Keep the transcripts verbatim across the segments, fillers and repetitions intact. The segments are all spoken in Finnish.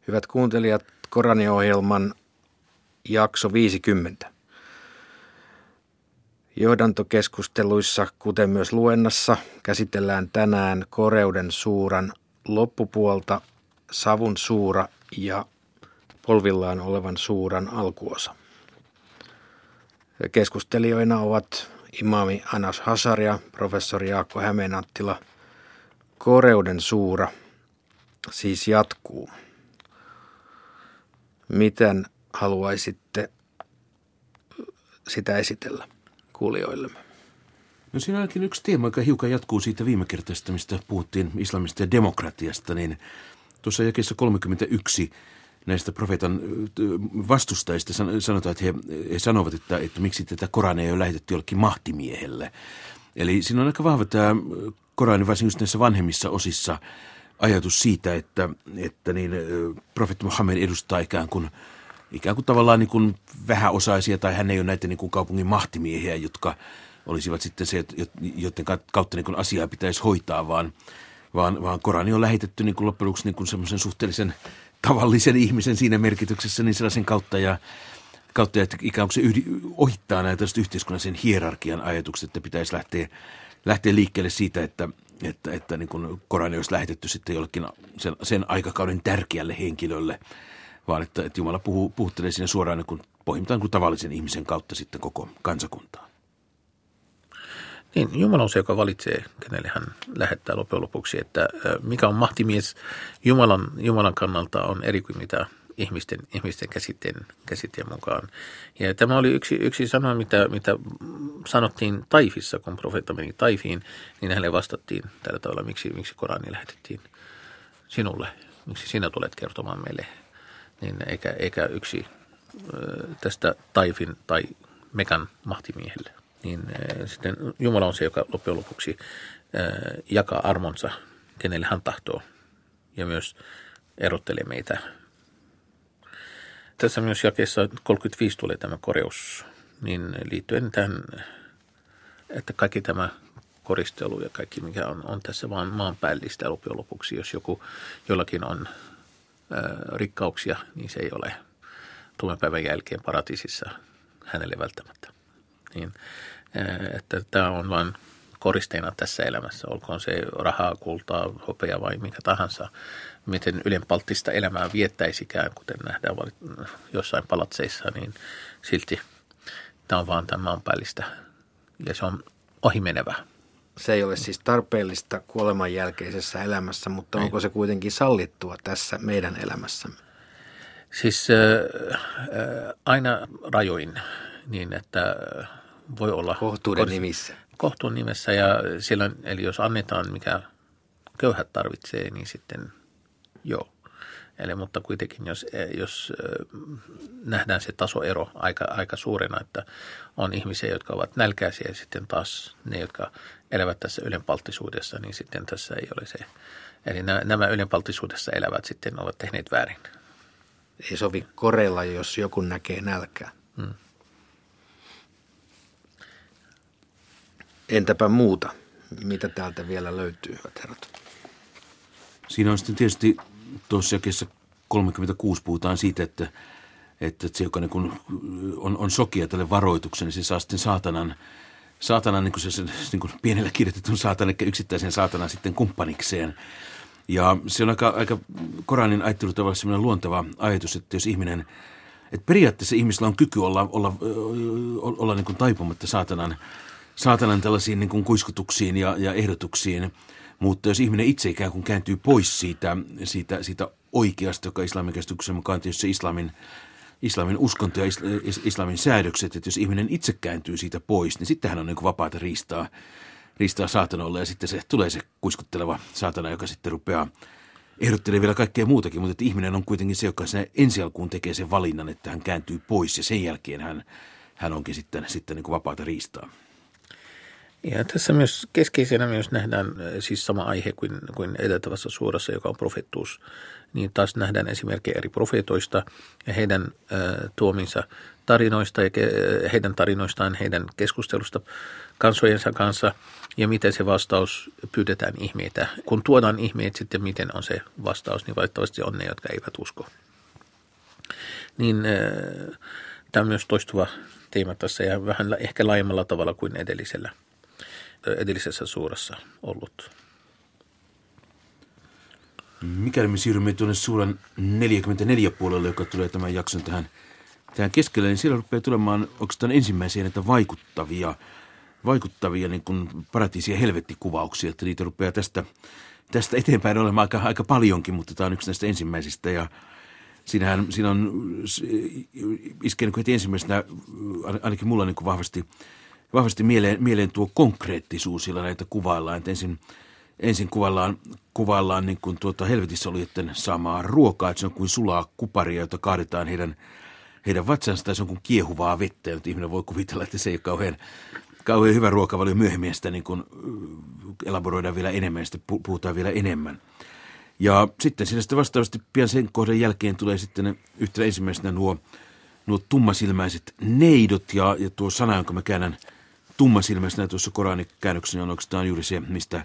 Hyvät kuuntelijat, Korani-ohjelman jakso viisikymmentä. Johdantokeskusteluissa, kuten myös luennassa, käsitellään tänään koreuden suuran loppupuolta, savun suura ja polvillaan olevan suuran alkuosa. Keskustelijoina ovat imaami Anas Hasar ja professori Jaakko Hämeenanttila. Koreuden suura siis jatkuu. Miten haluaisitte sitä esitellä kuulijoillemme? No siinä on ainakin yksi teema, joka hiukan jatkuu siitä viime kertaista, mistä puhuttiin islamista ja demokratiasta, niin tuossa jakeessa kolmekymmentäyksi näistä profeetan vastustajista sanotaan, että he, he sanovat, että, että miksi tätä Korania ei ole lähetetty jollekin mahtimiehelle. Eli siinä on aika vahva tämä Korani, varsinkin just näissä vanhemmissa osissa, ajatus siitä, että, että niin, profeetta Muhammed edustaa ikään kuin, ikään kuin tavallaan niin kuin vähäosaisia, tai hän ei ole näitä niin kuin kaupungin mahtimiehiä, jotka olisivat sitten se, joiden kautta niin kuin asiaa pitäisi hoitaa, vaan, vaan, vaan Korani on lähetetty niin kuin loppujen lopuksi niin kuin semmoisen suhteellisen tavallisen ihmisen siinä merkityksessä, niin sellaisen kautta, ja, kautta että ikään kuin se yhdi, ohittaa näitä yhteiskunnallisen hierarkian ajatukset, että pitäisi lähteä, lähteä liikkeelle siitä, että että, että niin kuin Korani olisi lähetetty sitten jollekin sen, sen aikakauden tärkeälle henkilölle, vaan että, että Jumala puhuu, puhuttelee siinä suoraan niin kuin pohjimmiltaan kuin tavallisen ihmisen kautta sitten koko kansakuntaan. Niin, Jumala on se, joka valitsee, kenelle hän lähettää loppujen lopuksi, että mikä on mahtimies Jumalan, Jumalan kannalta on eri kuin mitä ihmisten, ihmisten käsitteen, käsitteen mukaan. Ja tämä oli yksi, yksi sana, mitä, mitä sanottiin Taifissa, kun profeetta meni Taifiin, niin hänelle vastattiin tällä tavalla, miksi, miksi Korani lähetettiin sinulle, miksi sinä tulet kertomaan meille, niin eikä, eikä yksi tästä Taifin tai Mekan mahtimiehelle. Niin sitten Jumala on se, joka loppujen lopuksi jakaa armonsa, kenelle hän tahtoo, ja myös erottelee meitä. Tässä myös jakeessa kolmekymmentäviisi tulee tämä korjaus, niin liittyen tähän, että kaikki tämä koristelu ja kaikki, mikä on, on tässä vaan maanpäällistä loppujen lopuksi. Jos joku, jollakin on ää, rikkauksia, niin se ei ole tuomen jälkeen paratiisissa hänelle välttämättä. Niin, ää, että tämä on vain koristeena tässä elämässä, olkoon se rahaa, kultaa, hopea vai mikä tahansa, miten ylenpalttista elämää viettäisikään, kuten nähdään jossain palatseissa, niin silti tämä on vaan tämän maanpäällistä ja se on ohimenevä. Se ei ole siis tarpeellista kuoleman jälkeisessä elämässä, mutta onko se kuitenkin sallittua tässä meidän elämässämme? Siis äh, äh, aina rajoin niin, että voi olla kohtuuden nimissä. Kohtuun nimessä ja silloin, eli jos annetaan mikä köyhät tarvitsee, niin sitten joo. Eli mutta kuitenkin, jos, jos nähdään se tasoero aika, aika suurena, että on ihmisiä, jotka ovat nälkäisiä ja sitten taas ne, jotka elävät tässä ylenpalttisuudessa, niin sitten tässä ei ole se. Eli nämä, nämä ylenpalttisuudessa elävät sitten ovat tehneet väärin. Ei sovi koreilla, jos joku näkee nälkää. Hmm. Entäpä muuta? Mitä täältä vielä löytyy, hyvät herrat? Siinä on sitten tietysti tuossa jakeessa kolmekymmentäkuusi puhutaan siitä, että, että se, joka niin kuin on, on sokia tälle varoituksen, niin se saa sitten saatanan, saatanan niin kuin se, se niin kuin pienellä kirjoitetun saatanan, eli yksittäisen saatanan sitten kumppanikseen. Ja se on aika, aika Koranin ajattelutavalla sellainen luonteva ajatus, että jos ihminen, että periaatteessa ihmisellä on kyky olla, olla, olla, olla niin kuin taipumatta saatanan, saatanan tällaisiin niin kuin kuiskutuksiin ja, ja ehdotuksiin. Mutta jos ihminen itse ikään kuin kääntyy pois siitä, siitä, siitä oikeasta, joka islamin käsityksen mukaan tietysti islamin, islamin uskonto ja islamin säädökset, että jos ihminen itse kääntyy siitä pois, niin sitten hän on niin kuin vapaata riistaa, riistaa saatanolle ja sitten se tulee se kuiskutteleva saatana, joka sitten rupeaa ehdottelee vielä kaikkea muutakin, mutta että ihminen on kuitenkin se, joka ensi alkuun tekee sen valinnan, että hän kääntyy pois ja sen jälkeen hän, hän onkin sitten, sitten niin kuin vapaata riistaa. Ja tässä myös keskeisenä myös nähdään siis sama aihe kuin, kuin edeltävässä suurassa, joka on profeettuus. Niin taas nähdään esimerkkejä eri profeetoista ja heidän äh, tuominsa tarinoista ja ke- heidän tarinoistaan, heidän keskustelusta kansojensa kanssa ja miten se vastaus pyydetään ihmeitä. Kun tuodaan ihmeet sitten, miten on se vastaus, niin valitettavasti on ne, jotka eivät usko. Niin äh, tämä on myös toistuva teema tässä ja vähän ehkä laajemmalla tavalla kuin edellisellä, edellisessä suurassa ollut. Mikäli me siirrymme tuonne suuran neljäkymmentäneljä puolelle, joka tulee tämän jakson tähän, tähän keskelle, niin siellä rupeaa tulemaan oikeastaan ensimmäisiä näitä vaikuttavia, vaikuttavia niin kuin paratiisi- ja helvettikuvauksia, että niitä rupeaa tästä, tästä eteenpäin olemaan aika, aika paljonkin, mutta tämä on yksi näistä ensimmäisistä ja siinähän, siinä on iskenyt heti ensimmäisenä, ainakin mulla niin kuin vahvasti, vahvasti mieleen, mieleen tuo konkreettisuus, sillä näitä kuvaillaan, että ensin Ensin kuvaillaan, kuvaillaan niin kuin tuota helvetissä olijoiden saamaa ruokaa, että se on kuin sulaa kuparia, jota kaadetaan heidän, heidän vatsansa, tai se on kuin kiehuvaa vettä, jota ihminen voi kuvitella, että se ei ole kauhean, kauhean hyvä ruokavalio. Myöhemmin sitä niin kuin elaboroidaan vielä enemmän ja sitten puhutaan vielä enemmän. Ja sitten siinä sitten vastaavasti pian sen kohdan jälkeen tulee sitten yhtenä ensimmäisenä nuo, nuo tummasilmäiset neidot ja, ja tuo sana, jonka mä käännän tummasilmäisenä tuossa Koranikäännöksessä on oikeastaan juuri se, mistä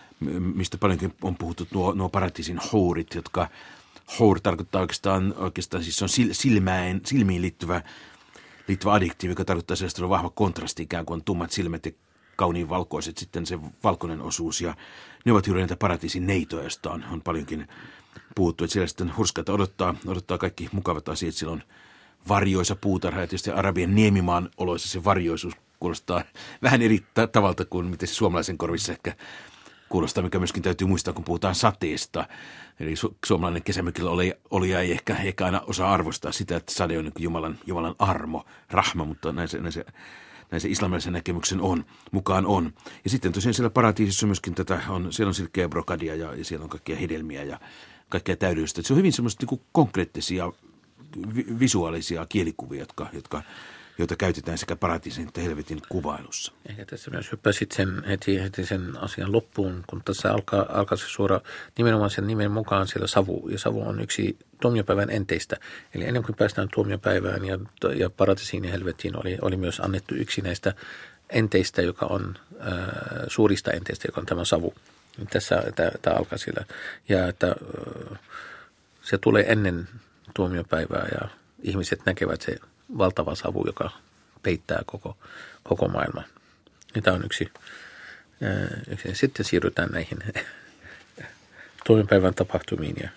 mistä paljonkin on puhuttu, nuo, nuo paratiisin hourit, jotka hour tarkoittaa oikeastaan, oikeastaan siis se on silmäin, silmiin liittyvä, liittyvä addiktiivi, joka tarkoittaa sellaista on vahva kontrasti, ikään kuin on tummat silmät ja kauniin valkoiset, sitten se valkoinen osuus, ja ne ovat juuri näitä paratiisin neitoja, joista on, on paljonkin puhuttu, että siellä sitten hurskaita odottaa, odottaa kaikki mukavat asiat, siellä on varjoisa puutarha, ja tietysti Arabian niemimaan oloissa se varjoisuus kuulostaa vähän eri tavalta kuin miten se suomalaisen korvissa ehkä kuulostaa, mikä myöskin täytyy muistaa, kun puhutaan sateesta. Eli su- suomalainen kesämökillä oli, oli ei ehkä, ehkä aina osaa arvostaa sitä, että sade on niin kuin Jumalan, Jumalan armo, rahma, mutta näin se, näin se, näin se islamilaisen näkemyksen on, mukaan on. Ja sitten tosiaan siellä paratiisissa myöskin tätä on, siellä on silkkeä brokadia ja, ja siellä on kaikkia hedelmiä ja kaikkea täydellistä. Se on hyvin semmoista niin kuin konkreettisia, vi- visuaalisia kielikuvia, jotka, jotka joita käytetään sekä paratiisin että helvetin kuvailussa. Ehkä tässä myös hyppäsit sen heti, heti sen asian loppuun, kun tässä alkaa, alkaa se suora nimenomaan sen nimen mukaan siellä savu. Ja savu on yksi tuomiopäivän enteistä. Eli ennen kuin päästään tuomiopäivään ja, ja paratiisiin ja helvettiin oli, oli myös annettu yksi näistä enteistä, joka on äh, suurista enteistä, joka on tämä savu. Tässä tämä alkaa siellä. Ja että äh, se tulee ennen tuomiopäivää ja ihmiset näkevät se valtava savu, joka peittää koko, koko maailman. Ja tämä on yksi, yksi. Sitten siirrytään näihin tuomiopäivän tapahtumiin. Ja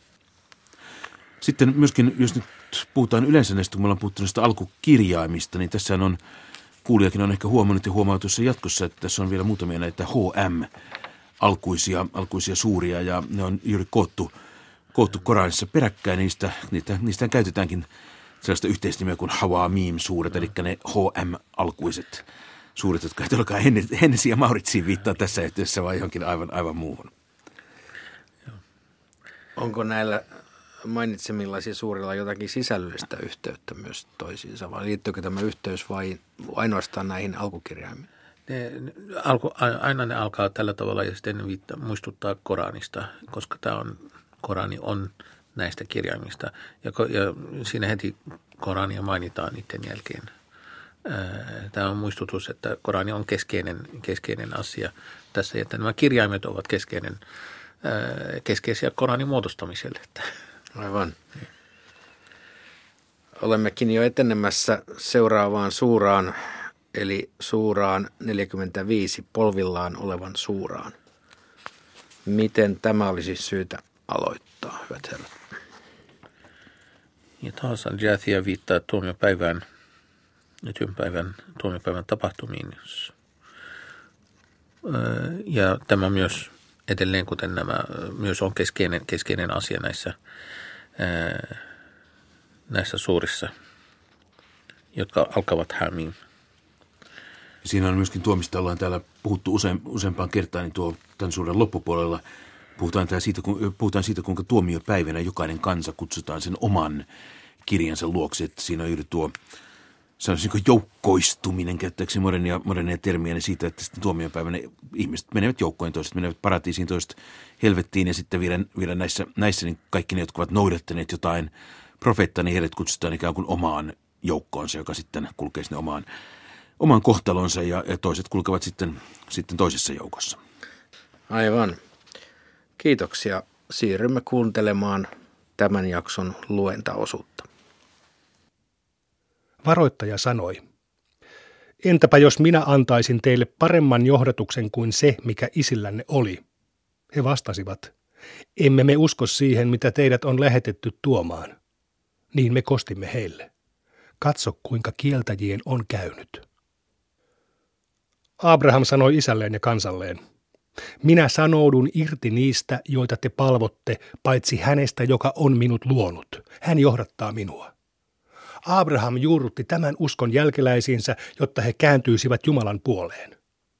sitten myöskin, jos nyt puhutaan yleensä näistä, kun me ollaan puhuttu näistä alkukirjaimista, niin tässä on, kuulijakin on ehkä huomannut ja huomaa tuossa jatkossa, että tässä on vielä muutamia näitä H M-alkuisia alkuisia suuria, ja ne on juuri koottu, koottu Koranissa peräkkäin. Niistä, niitä, niistä käytetäänkin sellaista yhteisnimeä kuin Hawamim suuret, eli ne H M-alkuiset suuret, jotka eivät olekaan Hennesi ja Mauritsiin viittaa tässä yhteydessä, vaan johonkin aivan, aivan muuhun. Onko näillä mainitsemillasi suurilla jotakin sisällöllistä yhteyttä myös toisiinsa, vai liittyykö tämä yhteys vain ainoastaan näihin alkukirjaimiin? Ne, alku, aina ne alkaa tällä tavalla ja sitten viittaa, muistuttaa Koranista, koska tämä on, Korani on näistä kirjaimista. Ja, ja siinä heti Korania mainitaan niiden jälkeen. Tämä on muistutus, että Korani on keskeinen, keskeinen asia tässä. Ja nämä kirjaimet ovat keskeinen, keskeisiä Koranin muodostamiselle. Aivan. Olemmekin jo etenemässä seuraavaan suuraan, eli suuraan neljäkymmentäviisi, polvillaan olevan suuraan. Miten tämä olisi syytä aloittaa, hyvät herrat? Ja taas Al-Jathia viittaa tuomiopäivään ja työnpäivän tuomiopäivän tapahtumiin. Ja tämä myös edelleen, kuten nämä, myös on keskeinen, keskeinen asia näissä, näissä suurissa, jotka alkavat Hamim. Siinä on myöskin tuo, mistä ollaan täällä puhuttu usein, useampaan kertaan, niin tuo tämän suuren loppupuolella puhutaan, siitä, puhutaan siitä, kuinka tuomiopäivänä jokainen kansa kutsutaan sen oman kirjansa luokse. Että siinä on juuri tuo, se on niin joukkoistuminen, käyttääkseni modernia, modernia termiä, niin siitä, että sitten tuomiopäivänä ihmiset menevät joukkoon, toiset menevät paratiisiin, toiset helvettiin, ja sitten vielä, vielä näissä, näissä niin kaikki ne, jotka ovat noudattaneet jotain profeettaa, niin heidät kutsutaan ikään kuin omaan joukkoonsa, joka sitten kulkee sinne omaan, omaan kohtalonsa, ja, ja toiset kulkevat sitten, sitten toisessa joukossa. Aivan. Kiitoksia. Siirrymme kuuntelemaan tämän jakson luentaosuutta. Varoittaja sanoi, entäpä jos minä antaisin teille paremman johdatuksen kuin se, mikä isillänne oli? He vastasivat, emme me usko siihen, mitä teidät on lähetetty tuomaan. Niin me kostimme heille. Katso, kuinka kieltäjien on käynyt. Abraham sanoi isälleen ja kansalleen, minä sanoudun irti niistä, joita te palvotte, paitsi hänestä, joka on minut luonut. Hän johdattaa minua. Abraham juurrutti tämän uskon jälkeläisiinsä, jotta he kääntyisivät Jumalan puoleen.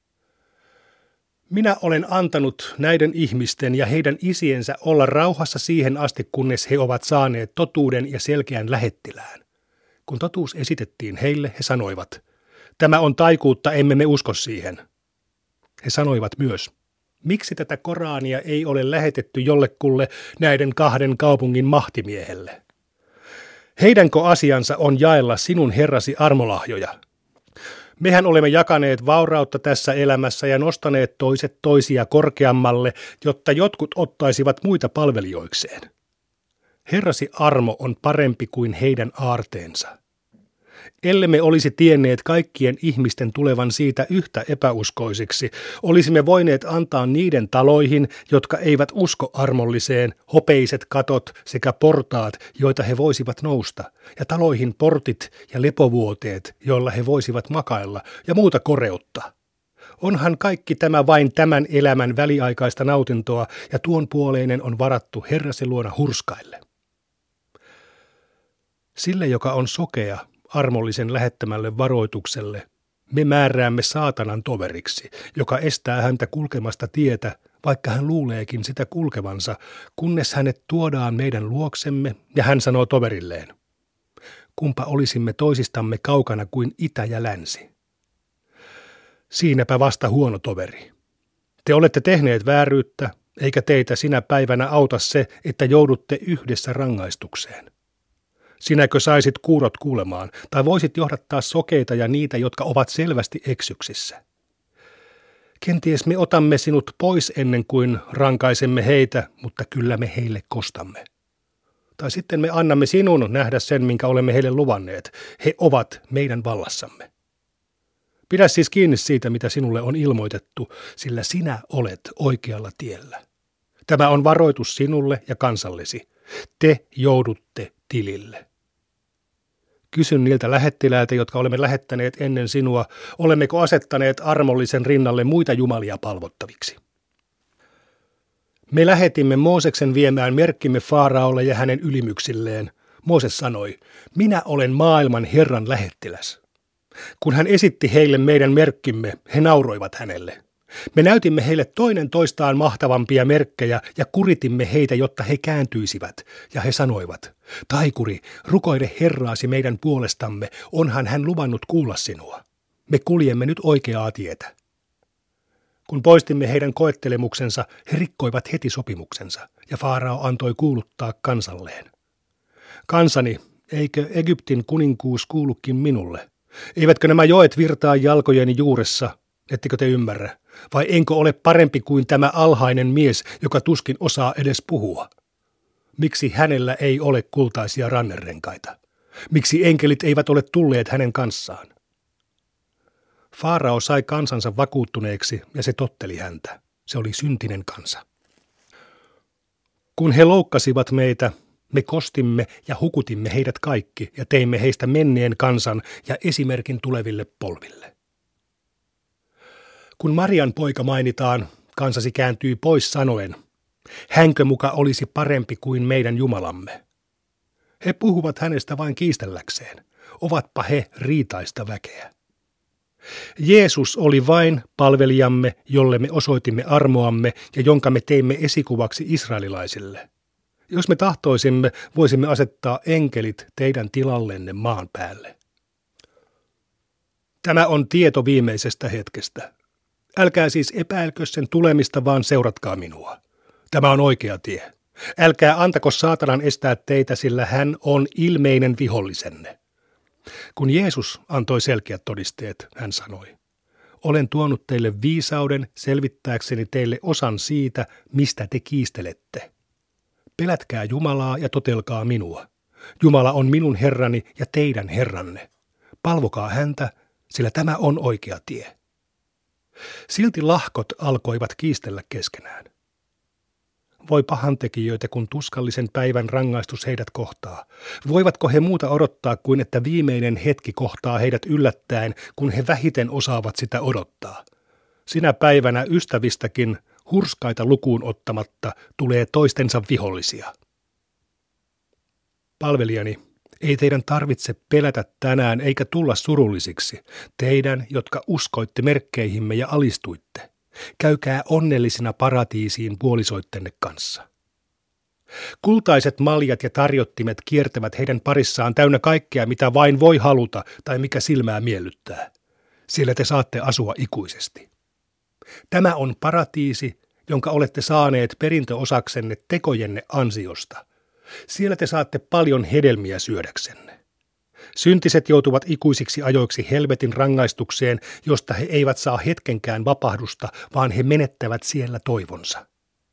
Minä olen antanut näiden ihmisten ja heidän isiensä olla rauhassa siihen asti, kunnes he ovat saaneet totuuden ja selkeän lähettilään. Kun totuus esitettiin heille, he sanoivat, tämä on taikuutta, emme me usko siihen. He sanoivat myös, miksi tätä Korania ei ole lähetetty jollekulle näiden kahden kaupungin mahtimiehelle? Heidänkö asiansa on jaella sinun herrasi armolahjoja? Mehän olemme jakaneet vaurautta tässä elämässä ja nostaneet toiset toisia korkeammalle, jotta jotkut ottaisivat muita palvelijoikseen. Herrasi armo on parempi kuin heidän aarteensa. Ellemme olisi tienneet kaikkien ihmisten tulevan siitä yhtä epäuskoisiksi, olisimme voineet antaa niiden taloihin, jotka eivät usko armolliseen, hopeiset katot sekä portaat, joita he voisivat nousta, ja taloihin portit ja lepovuoteet, joilla he voisivat makailla, ja muuta koreutta. Onhan kaikki tämä vain tämän elämän väliaikaista nautintoa, ja tuon puoleinen on varattu Herrasi luona hurskaille. Sille, joka on sokea, armollisen lähettämälle varoitukselle, me määräämme saatanan toveriksi, joka estää häntä kulkemasta tietä, vaikka hän luuleekin sitä kulkevansa, kunnes hänet tuodaan meidän luoksemme ja hän sanoo toverilleen, kumpa olisimme toisistamme kaukana kuin itä ja länsi. Siinäpä vasta huono toveri. Te olette tehneet vääryyttä, eikä teitä sinä päivänä auta se, että joudutte yhdessä rangaistukseen. Sinäkö saisit kuurot kuulemaan, tai voisit johdattaa sokeita ja niitä, jotka ovat selvästi eksyksissä? Kenties me otamme sinut pois ennen kuin rankaisemme heitä, mutta kyllä me heille kostamme. Tai sitten me annamme sinun nähdä sen, minkä olemme heille luvanneet. He ovat meidän vallassamme. Pidä siis kiinni siitä, mitä sinulle on ilmoitettu, sillä sinä olet oikealla tiellä. Tämä on varoitus sinulle ja kansallesi. Te joudutte tilille. Kysyn niiltä lähettiläiltä, jotka olemme lähettäneet ennen sinua, olemmeko asettaneet armollisen rinnalle muita jumalia palvottaviksi. Me lähetimme Mooseksen viemään merkkimme Faaraolle ja hänen ylimyksilleen. Mooses sanoi, minä olen maailman Herran lähettiläs. Kun hän esitti heille meidän merkkimme, he nauroivat hänelle. Me näytimme heille toinen toistaan mahtavampia merkkejä ja kuritimme heitä, jotta he kääntyisivät. Ja he sanoivat, taikuri, rukoile Herraasi meidän puolestamme, onhan hän luvannut kuulla sinua. Me kuljemme nyt oikeaa tietä. Kun poistimme heidän koettelemuksensa, he rikkoivat heti sopimuksensa, ja Faarao antoi kuuluttaa kansalleen. Kansani, eikö Egyptin kuninkuus kuulukin minulle? Eivätkö nämä joet virtaa jalkojeni juuressa? Ettekö te ymmärrä? Vai enkö ole parempi kuin tämä alhainen mies, joka tuskin osaa edes puhua? Miksi hänellä ei ole kultaisia rannerenkaita? Miksi enkelit eivät ole tulleet hänen kanssaan? Faarao sai kansansa vakuuttuneeksi ja se totteli häntä. Se oli syntinen kansa. Kun he loukkasivat meitä, me kostimme ja hukutimme heidät kaikki ja teimme heistä menneen kansan ja esimerkin tuleville polville. Kun Marian poika mainitaan, kansasi kääntyy pois sanoen, hänkö muka olisi parempi kuin meidän Jumalamme. He puhuvat hänestä vain kiistelläkseen, ovatpa he riitaista väkeä. Jeesus oli vain palvelijamme, jolle me osoitimme armoamme ja jonka me teimme esikuvaksi israelilaisille. Jos me tahtoisimme, voisimme asettaa enkelit teidän tilallenne maan päälle. Tämä on tieto viimeisestä hetkestä. Älkää siis epäilkö sen tulemista, vaan seuratkaa minua. Tämä on oikea tie. Älkää antako saatanan estää teitä, sillä hän on ilmeinen vihollisenne. Kun Jeesus antoi selkeät todisteet, hän sanoi, olen tuonut teille viisauden selvittääkseni teille osan siitä, mistä te kiistelette. Pelätkää Jumalaa ja totelkaa minua. Jumala on minun Herrani ja teidän Herranne. Palvokaa häntä, sillä tämä on oikea tie. Silti lahkot alkoivat kiistellä keskenään. Voi pahantekijöitä, kun tuskallisen päivän rangaistus heidät kohtaa. Voivatko he muuta odottaa kuin että viimeinen hetki kohtaa heidät yllättäen, kun he vähiten osaavat sitä odottaa? Sinä päivänä ystävistäkin, hurskaita lukuun ottamatta, tulee toistensa vihollisia. Palvelijani, ei teidän tarvitse pelätä tänään eikä tulla surullisiksi, teidän, jotka uskoitte merkkeihimme ja alistuitte. Käykää onnellisina paratiisiin puolisoittenne kanssa. Kultaiset maljat ja tarjottimet kiertävät heidän parissaan täynnä kaikkea, mitä vain voi haluta tai mikä silmää miellyttää. Siellä te saatte asua ikuisesti. Tämä on paratiisi, jonka olette saaneet perintöosaksenne tekojenne ansiosta. Siellä te saatte paljon hedelmiä syödäksenne. Syntiset joutuvat ikuisiksi ajoiksi helvetin rangaistukseen, josta he eivät saa hetkenkään vapahdusta, vaan he menettävät siellä toivonsa.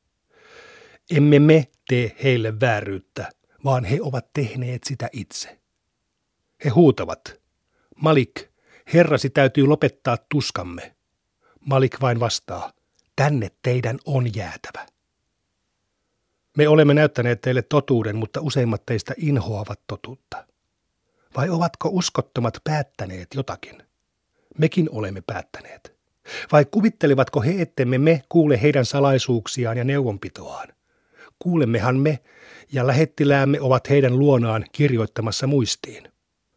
Emme me tee heille vääryyttä, vaan he ovat tehneet sitä itse. He huutavat, Malik, Herrasi täytyy lopettaa tuskamme. Malik vain vastaa, tänne teidän on jäätävä. Me olemme näyttäneet teille totuuden, mutta useimmat teistä inhoavat totuutta. Vai ovatko uskottomat päättäneet jotakin? Mekin olemme päättäneet. Vai kuvittelevatko he, ettemme me kuule heidän salaisuuksiaan ja neuvonpitoaan? Kuulemmehan me, ja lähettiläämme ovat heidän luonaan kirjoittamassa muistiin.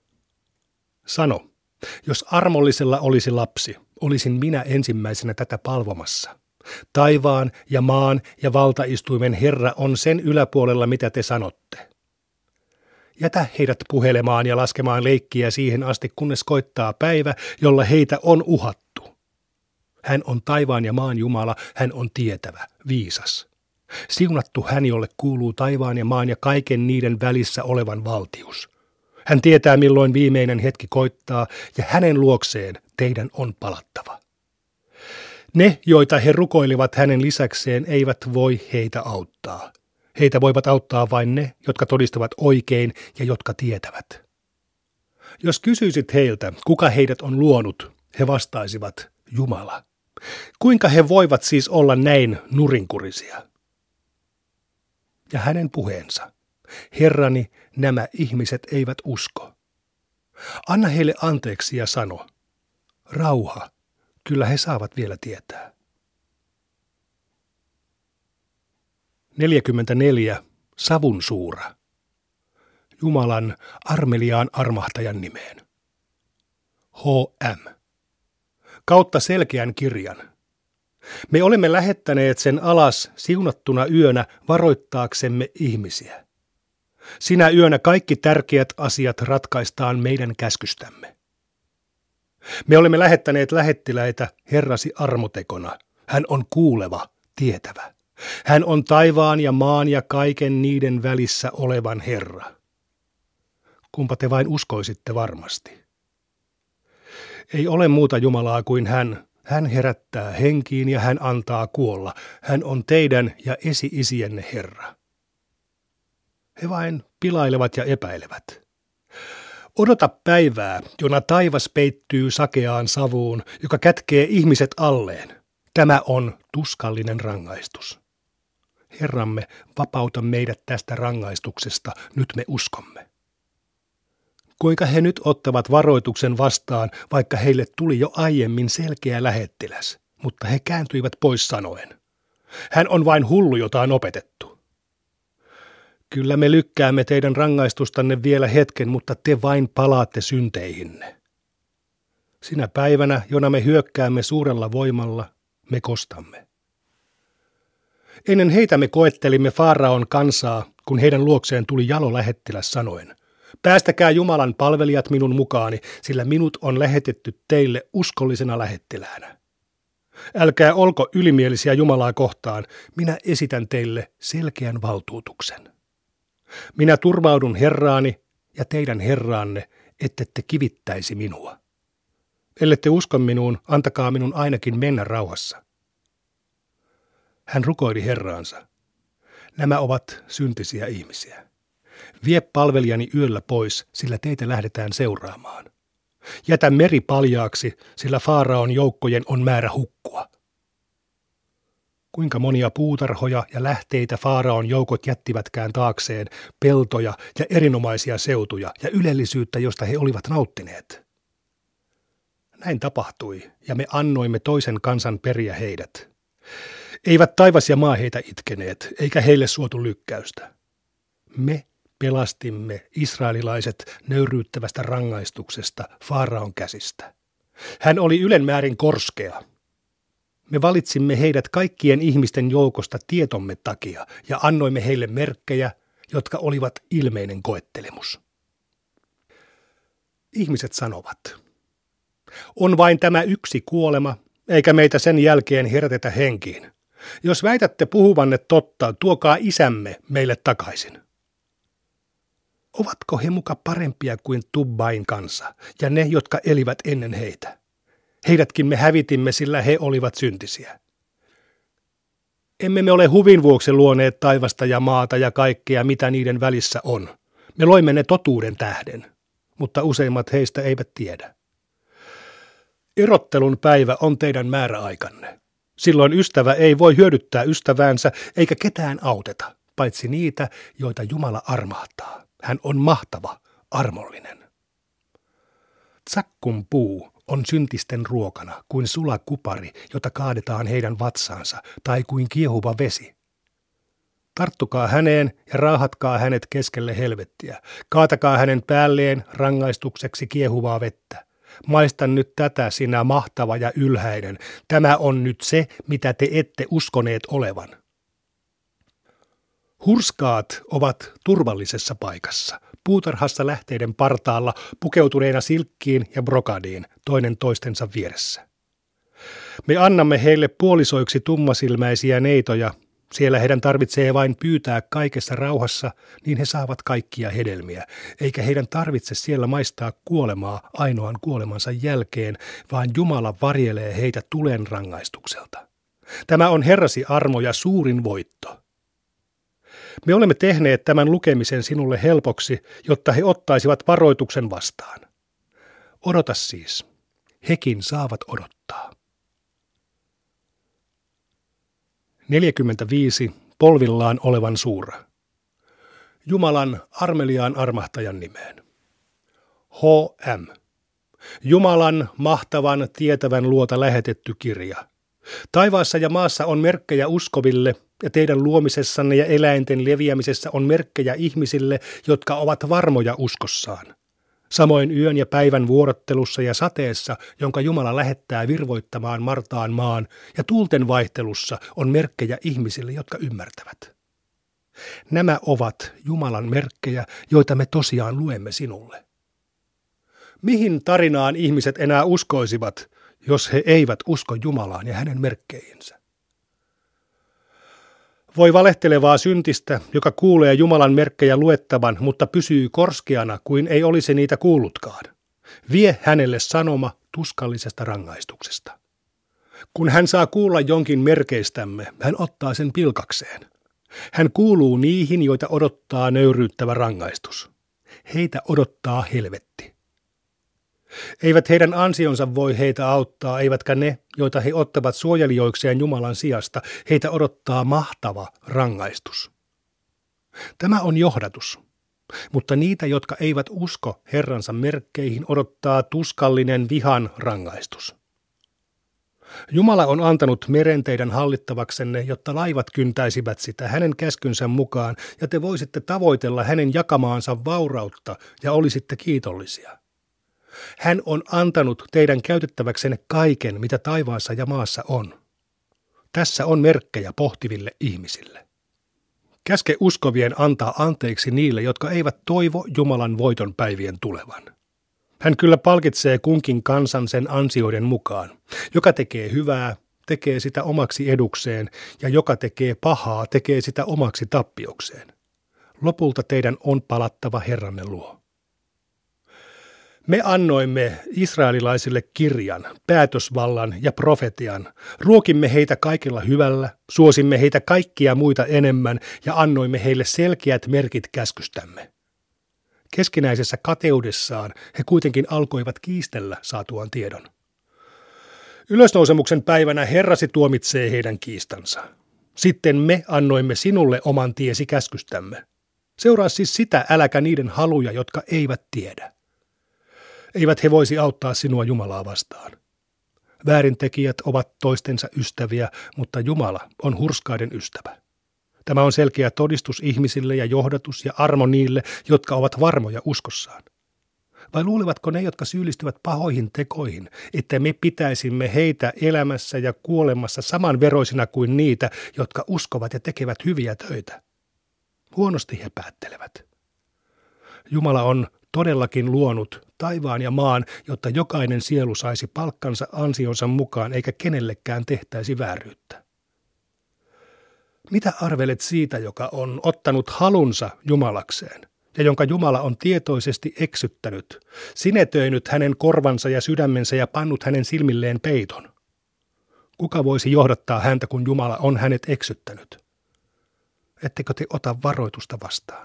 Sano, jos armollisella olisi lapsi, olisin minä ensimmäisenä tätä palvomassa. Taivaan ja maan ja valtaistuimen Herra on sen yläpuolella, mitä te sanotte. Jätä heidät puhelemaan ja laskemaan leikkiä siihen asti, kunnes koittaa päivä, jolla heitä on uhattu. Hän on taivaan ja maan Jumala, hän on tietävä, viisas. Siunattu hän, jolle kuuluu taivaan ja maan ja kaiken niiden välissä olevan valtius. Hän tietää, milloin viimeinen hetki koittaa, ja hänen luokseen teidän on palattava. Ne, joita he rukoilivat hänen lisäkseen, eivät voi heitä auttaa. Heitä voivat auttaa vain ne, jotka todistavat oikein ja jotka tietävät. Jos kysyisit heiltä, kuka heidät on luonut, he vastaisivat, Jumala. Kuinka he voivat siis olla näin nurinkurisia? Ja hänen puheensa, Herrani, nämä ihmiset eivät usko. Anna heille anteeksi ja sano, rauha, kyllä he saavat vielä tietää. neljäkymmentäneljä. Savun suura. Jumalan armeliaan armahtajan nimeen. H M. Kautta selkeän kirjan. Me olemme lähettäneet sen alas siunattuna yönä varoittaaksemme ihmisiä. Sinä yönä kaikki tärkeät asiat ratkaistaan meidän käskystämme. Me olemme lähettäneet lähettiläitä Herrasi armotekona. Hän on kuuleva, tietävä. Hän on taivaan ja maan ja kaiken niiden välissä olevan Herra. Kumpa te vain uskoisitte varmasti. Ei ole muuta Jumalaa kuin hän. Hän herättää henkiin ja hän antaa kuolla. Hän on teidän ja esi-isienne Herra. He vain pilailevat ja epäilevät. Odota päivää, jona taivas peittyy sakeaan savuun, joka kätkee ihmiset alleen. Tämä on tuskallinen rangaistus. Herramme, vapauta meidät tästä rangaistuksesta, nyt me uskomme. Kuinka he nyt ottavat varoituksen vastaan, vaikka heille tuli jo aiemmin selkeä lähettiläs, mutta he kääntyivät pois sanoen. Hän on vain hullu, jota on opetettu. Kyllä me lykkäämme teidän rangaistustanne vielä hetken, mutta te vain palaatte synteihinne. Sinä päivänä, jona me hyökkäämme suurella voimalla, me kostamme. Ennen heitä me koettelimme Faaraon kansaa, kun heidän luokseen tuli jalo lähettiläs sanoen, Päästäkää Jumalan palvelijat minun mukaani, sillä minut on lähetetty teille uskollisena lähettiläänä. Älkää olko ylimielisiä Jumalaa kohtaan, minä esitän teille selkeän valtuutuksen. Minä turvaudun Herraani ja teidän Herraanne, ettette kivittäisi minua. Ellette usko minuun, antakaa minun ainakin mennä rauhassa. Hän rukoili Herraansa. Nämä ovat syntisiä ihmisiä. Vie palvelijani yöllä pois, sillä teitä lähdetään seuraamaan. Jätä meri paljaaksi, sillä Faaraon joukkojen on määrä hukkua. Kuinka monia puutarhoja ja lähteitä Faaraon joukot jättivätkään taakseen, peltoja ja erinomaisia seutuja ja ylellisyyttä, josta he olivat nauttineet. Näin tapahtui, ja me annoimme toisen kansan periä heidät. Eivät taivas ja maa heitä itkeneet, eikä heille suotu lykkäystä. Me pelastimme israelilaiset nöyryyttävästä rangaistuksesta Faaraon käsistä. Hän oli ylenmäärin korskea. Me valitsimme heidät kaikkien ihmisten joukosta tietomme takia ja annoimme heille merkkejä, jotka olivat ilmeinen koettelemus. Ihmiset sanovat, on vain tämä yksi kuolema, eikä meitä sen jälkeen herätetä henkiin. Jos väitätte puhuvanne totta, tuokaa isämme meille takaisin. Ovatko he muka parempia kuin Tubbain kansa ja ne, jotka elivät ennen heitä? Heidätkin me hävitimme, sillä he olivat syntisiä. Emme me ole huvin vuoksi luoneet taivasta ja maata ja kaikkea, mitä niiden välissä on. Me loimme ne totuuden tähden, mutta useimmat heistä eivät tiedä. Erottelun päivä on teidän määräaikanne. Silloin ystävä ei voi hyödyttää ystäväänsä eikä ketään auteta, paitsi niitä, joita Jumala armahtaa. Hän on mahtava, armollinen. Tsakkun puu on syntisten ruokana kuin sula kupari, jota kaadetaan heidän vatsaansa, tai kuin kiehuva vesi. Tarttukaa häneen ja raahatkaa hänet keskelle helvettiä. Kaatakaa hänen päälleen rangaistukseksi kiehuvaa vettä. Maista nyt tätä, sinä mahtava ja ylhäinen. Tämä on nyt se, mitä te ette uskoneet olevan. Hurskaat ovat turvallisessa paikassa, puutarhassa lähteiden partaalla, pukeutuneena silkkiin ja brokadiin, toinen toistensa vieressä. Me annamme heille puolisoiksi tummasilmäisiä neitoja, siellä heidän tarvitsee vain pyytää kaikessa rauhassa, niin he saavat kaikkia hedelmiä, eikä heidän tarvitse siellä maistaa kuolemaa ainoan kuolemansa jälkeen, vaan Jumala varjelee heitä tulen rangaistukselta. Tämä on Herrasi armo ja suurin voitto. Me olemme tehneet tämän lukemisen sinulle helpoksi, jotta he ottaisivat varoituksen vastaan. Odota siis, hekin saavat odottaa. neljäkymmentäviisi polvillaan olevan suura. Jumalan armeliaan armahtajan nimeen. H M. Jumalan mahtavan tietävän luota lähetetty kirja. Taivaassa ja maassa on merkkejä uskoville, ja teidän luomisessanne ja eläinten leviämisessä on merkkejä ihmisille, jotka ovat varmoja uskossaan. Samoin yön ja päivän vuorottelussa ja sateessa, jonka Jumala lähettää virvoittamaan Martaan maan, ja tuulten vaihtelussa on merkkejä ihmisille, jotka ymmärtävät. Nämä ovat Jumalan merkkejä, joita me tosiaan luemme sinulle. Mihin tarinaan ihmiset enää uskoisivat, jos he eivät usko Jumalaan ja hänen merkkeihinsä? Voi valehtelevaa syntistä, joka kuulee Jumalan merkkejä luettavan, mutta pysyy korskeana kuin ei olisi niitä kuullutkaan. Vie hänelle sanoma tuskallisesta rangaistuksesta. Kun hän saa kuulla jonkin merkeistämme, hän ottaa sen pilkakseen. Hän kuuluu niihin, joita odottaa nöyryyttävä rangaistus. Heitä odottaa helvetti. Eivät heidän ansionsa voi heitä auttaa, eivätkä ne, joita he ottavat suojelijoikseen Jumalan sijasta, heitä odottaa mahtava rangaistus. Tämä on johdatus, mutta niitä, jotka eivät usko Herransa merkkeihin, odottaa tuskallinen vihan rangaistus. Jumala on antanut meren teidän hallittavaksenne, jotta laivat kyntäisivät sitä hänen käskynsä mukaan, ja te voisitte tavoitella hänen jakamaansa vaurautta ja olisitte kiitollisia. Hän on antanut teidän käytettäväksenne kaiken, mitä taivaassa ja maassa on. Tässä on merkkejä pohtiville ihmisille. Käske uskovien antaa anteeksi niille, jotka eivät toivo Jumalan voiton päivien tulevan. Hän kyllä palkitsee kunkin kansan sen ansioiden mukaan. Joka tekee hyvää, tekee sitä omaksi edukseen, ja joka tekee pahaa, tekee sitä omaksi tappiokseen. Lopulta teidän on palattava Herranne luo. Me annoimme israelilaisille kirjan, päätösvallan ja profetian, ruokimme heitä kaikilla hyvällä, suosimme heitä kaikkia muita enemmän ja annoimme heille selkeät merkit käskystämme. Keskinäisessä kateudessaan he kuitenkin alkoivat kiistellä saatuaan tiedon. Ylösnousemuksen päivänä Herrasi tuomitsee heidän kiistansa. Sitten me annoimme sinulle oman tiesi käskystämme. Seuraa siis sitä, äläkä niiden haluja, jotka eivät tiedä. Eivät he voisi auttaa sinua Jumalaa vastaan. Väärintekijät ovat toistensa ystäviä, mutta Jumala on hurskaiden ystävä. Tämä on selkeä todistus ihmisille ja johdatus ja armo niille, jotka ovat varmoja uskossaan. Vai luulevatko ne, jotka syyllistyvät pahoihin tekoihin, että me pitäisimme heitä elämässä ja kuolemassa samanveroisina kuin niitä, jotka uskovat ja tekevät hyviä töitä? Huonosti he päättelevät. Jumala on todellakin luonut taivaan ja maan, jotta jokainen sielu saisi palkkansa ansionsa mukaan eikä kenellekään tehtäisi vääryyttä. Mitä arvelet siitä, joka on ottanut halunsa Jumalakseen ja jonka Jumala on tietoisesti eksyttänyt, sinetöinyt hänen korvansa ja sydämensä ja pannut hänen silmilleen peiton? Kuka voisi johdattaa häntä, kun Jumala on hänet eksyttänyt? Ettekö te ota varoitusta vastaan?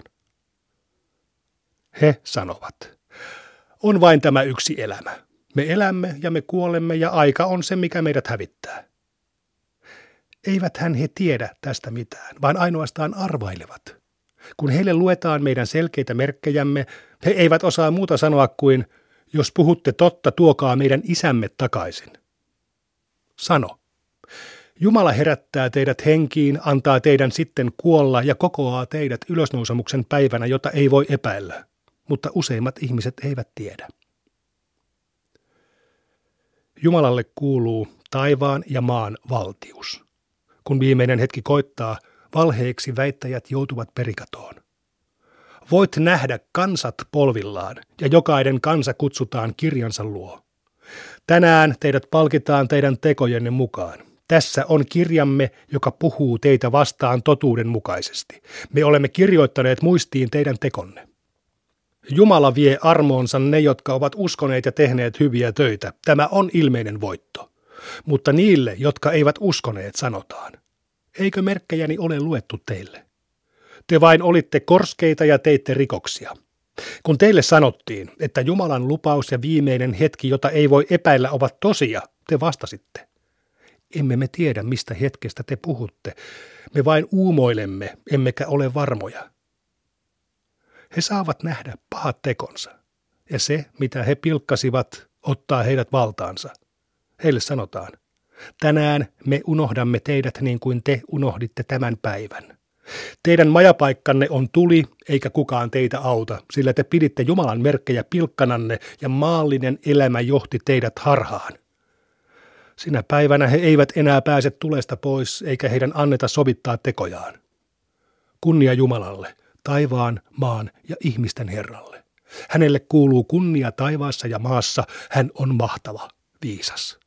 He sanovat, on vain tämä yksi elämä. Me elämme ja me kuolemme ja aika on se, mikä meidät hävittää. Eiväthän he tiedä tästä mitään, vaan ainoastaan arvailevat. Kun heille luetaan meidän selkeitä merkkejämme, he eivät osaa muuta sanoa kuin, jos puhutte totta, tuokaa meidän isämme takaisin. Sano. Jumala herättää teidät henkiin, antaa teidän sitten kuolla ja kokoaa teidät ylösnousemuksen päivänä, jota ei voi epäillä, mutta useimmat ihmiset eivät tiedä. Jumalalle kuuluu taivaan ja maan valtius. Kun viimeinen hetki koittaa, valheeksi väittäjät joutuvat perikatoon. Voit nähdä kansat polvillaan ja jokainen kansa kutsutaan kirjansa luo. Tänään teidät palkitaan teidän tekojenne mukaan. Tässä on kirjamme, joka puhuu teitä vastaan totuuden mukaisesti. Me olemme kirjoittaneet muistiin teidän tekonne. Jumala vie armoonsa ne, jotka ovat uskoneet ja tehneet hyviä töitä. Tämä on ilmeinen voitto. Mutta niille, jotka eivät uskoneet, sanotaan. Eikö merkkejäni ole luettu teille? Te vain olitte korskeita ja teitte rikoksia. Kun teille sanottiin, että Jumalan lupaus ja viimeinen hetki, jota ei voi epäillä, ovat tosia, te vastasitte. Emme me tiedä, mistä hetkestä te puhutte. Me vain uumoilemme, emmekä ole varmoja. He saavat nähdä pahat tekonsa, ja se, mitä he pilkkasivat, ottaa heidät valtaansa. Heille sanotaan, tänään me unohdamme teidät niin kuin te unohditte tämän päivän. Teidän majapaikkanne on tuli, eikä kukaan teitä auta, sillä te piditte Jumalan merkkejä pilkkananne ja maallinen elämä johti teidät harhaan. Sinä päivänä he eivät enää pääse tulesta pois, eikä heidän anneta sovittaa tekojaan. Kunnia Jumalalle, taivaan, maan ja ihmisten Herralle. Hänelle kuuluu kunnia taivaassa ja maassa, hän on mahtava, viisas.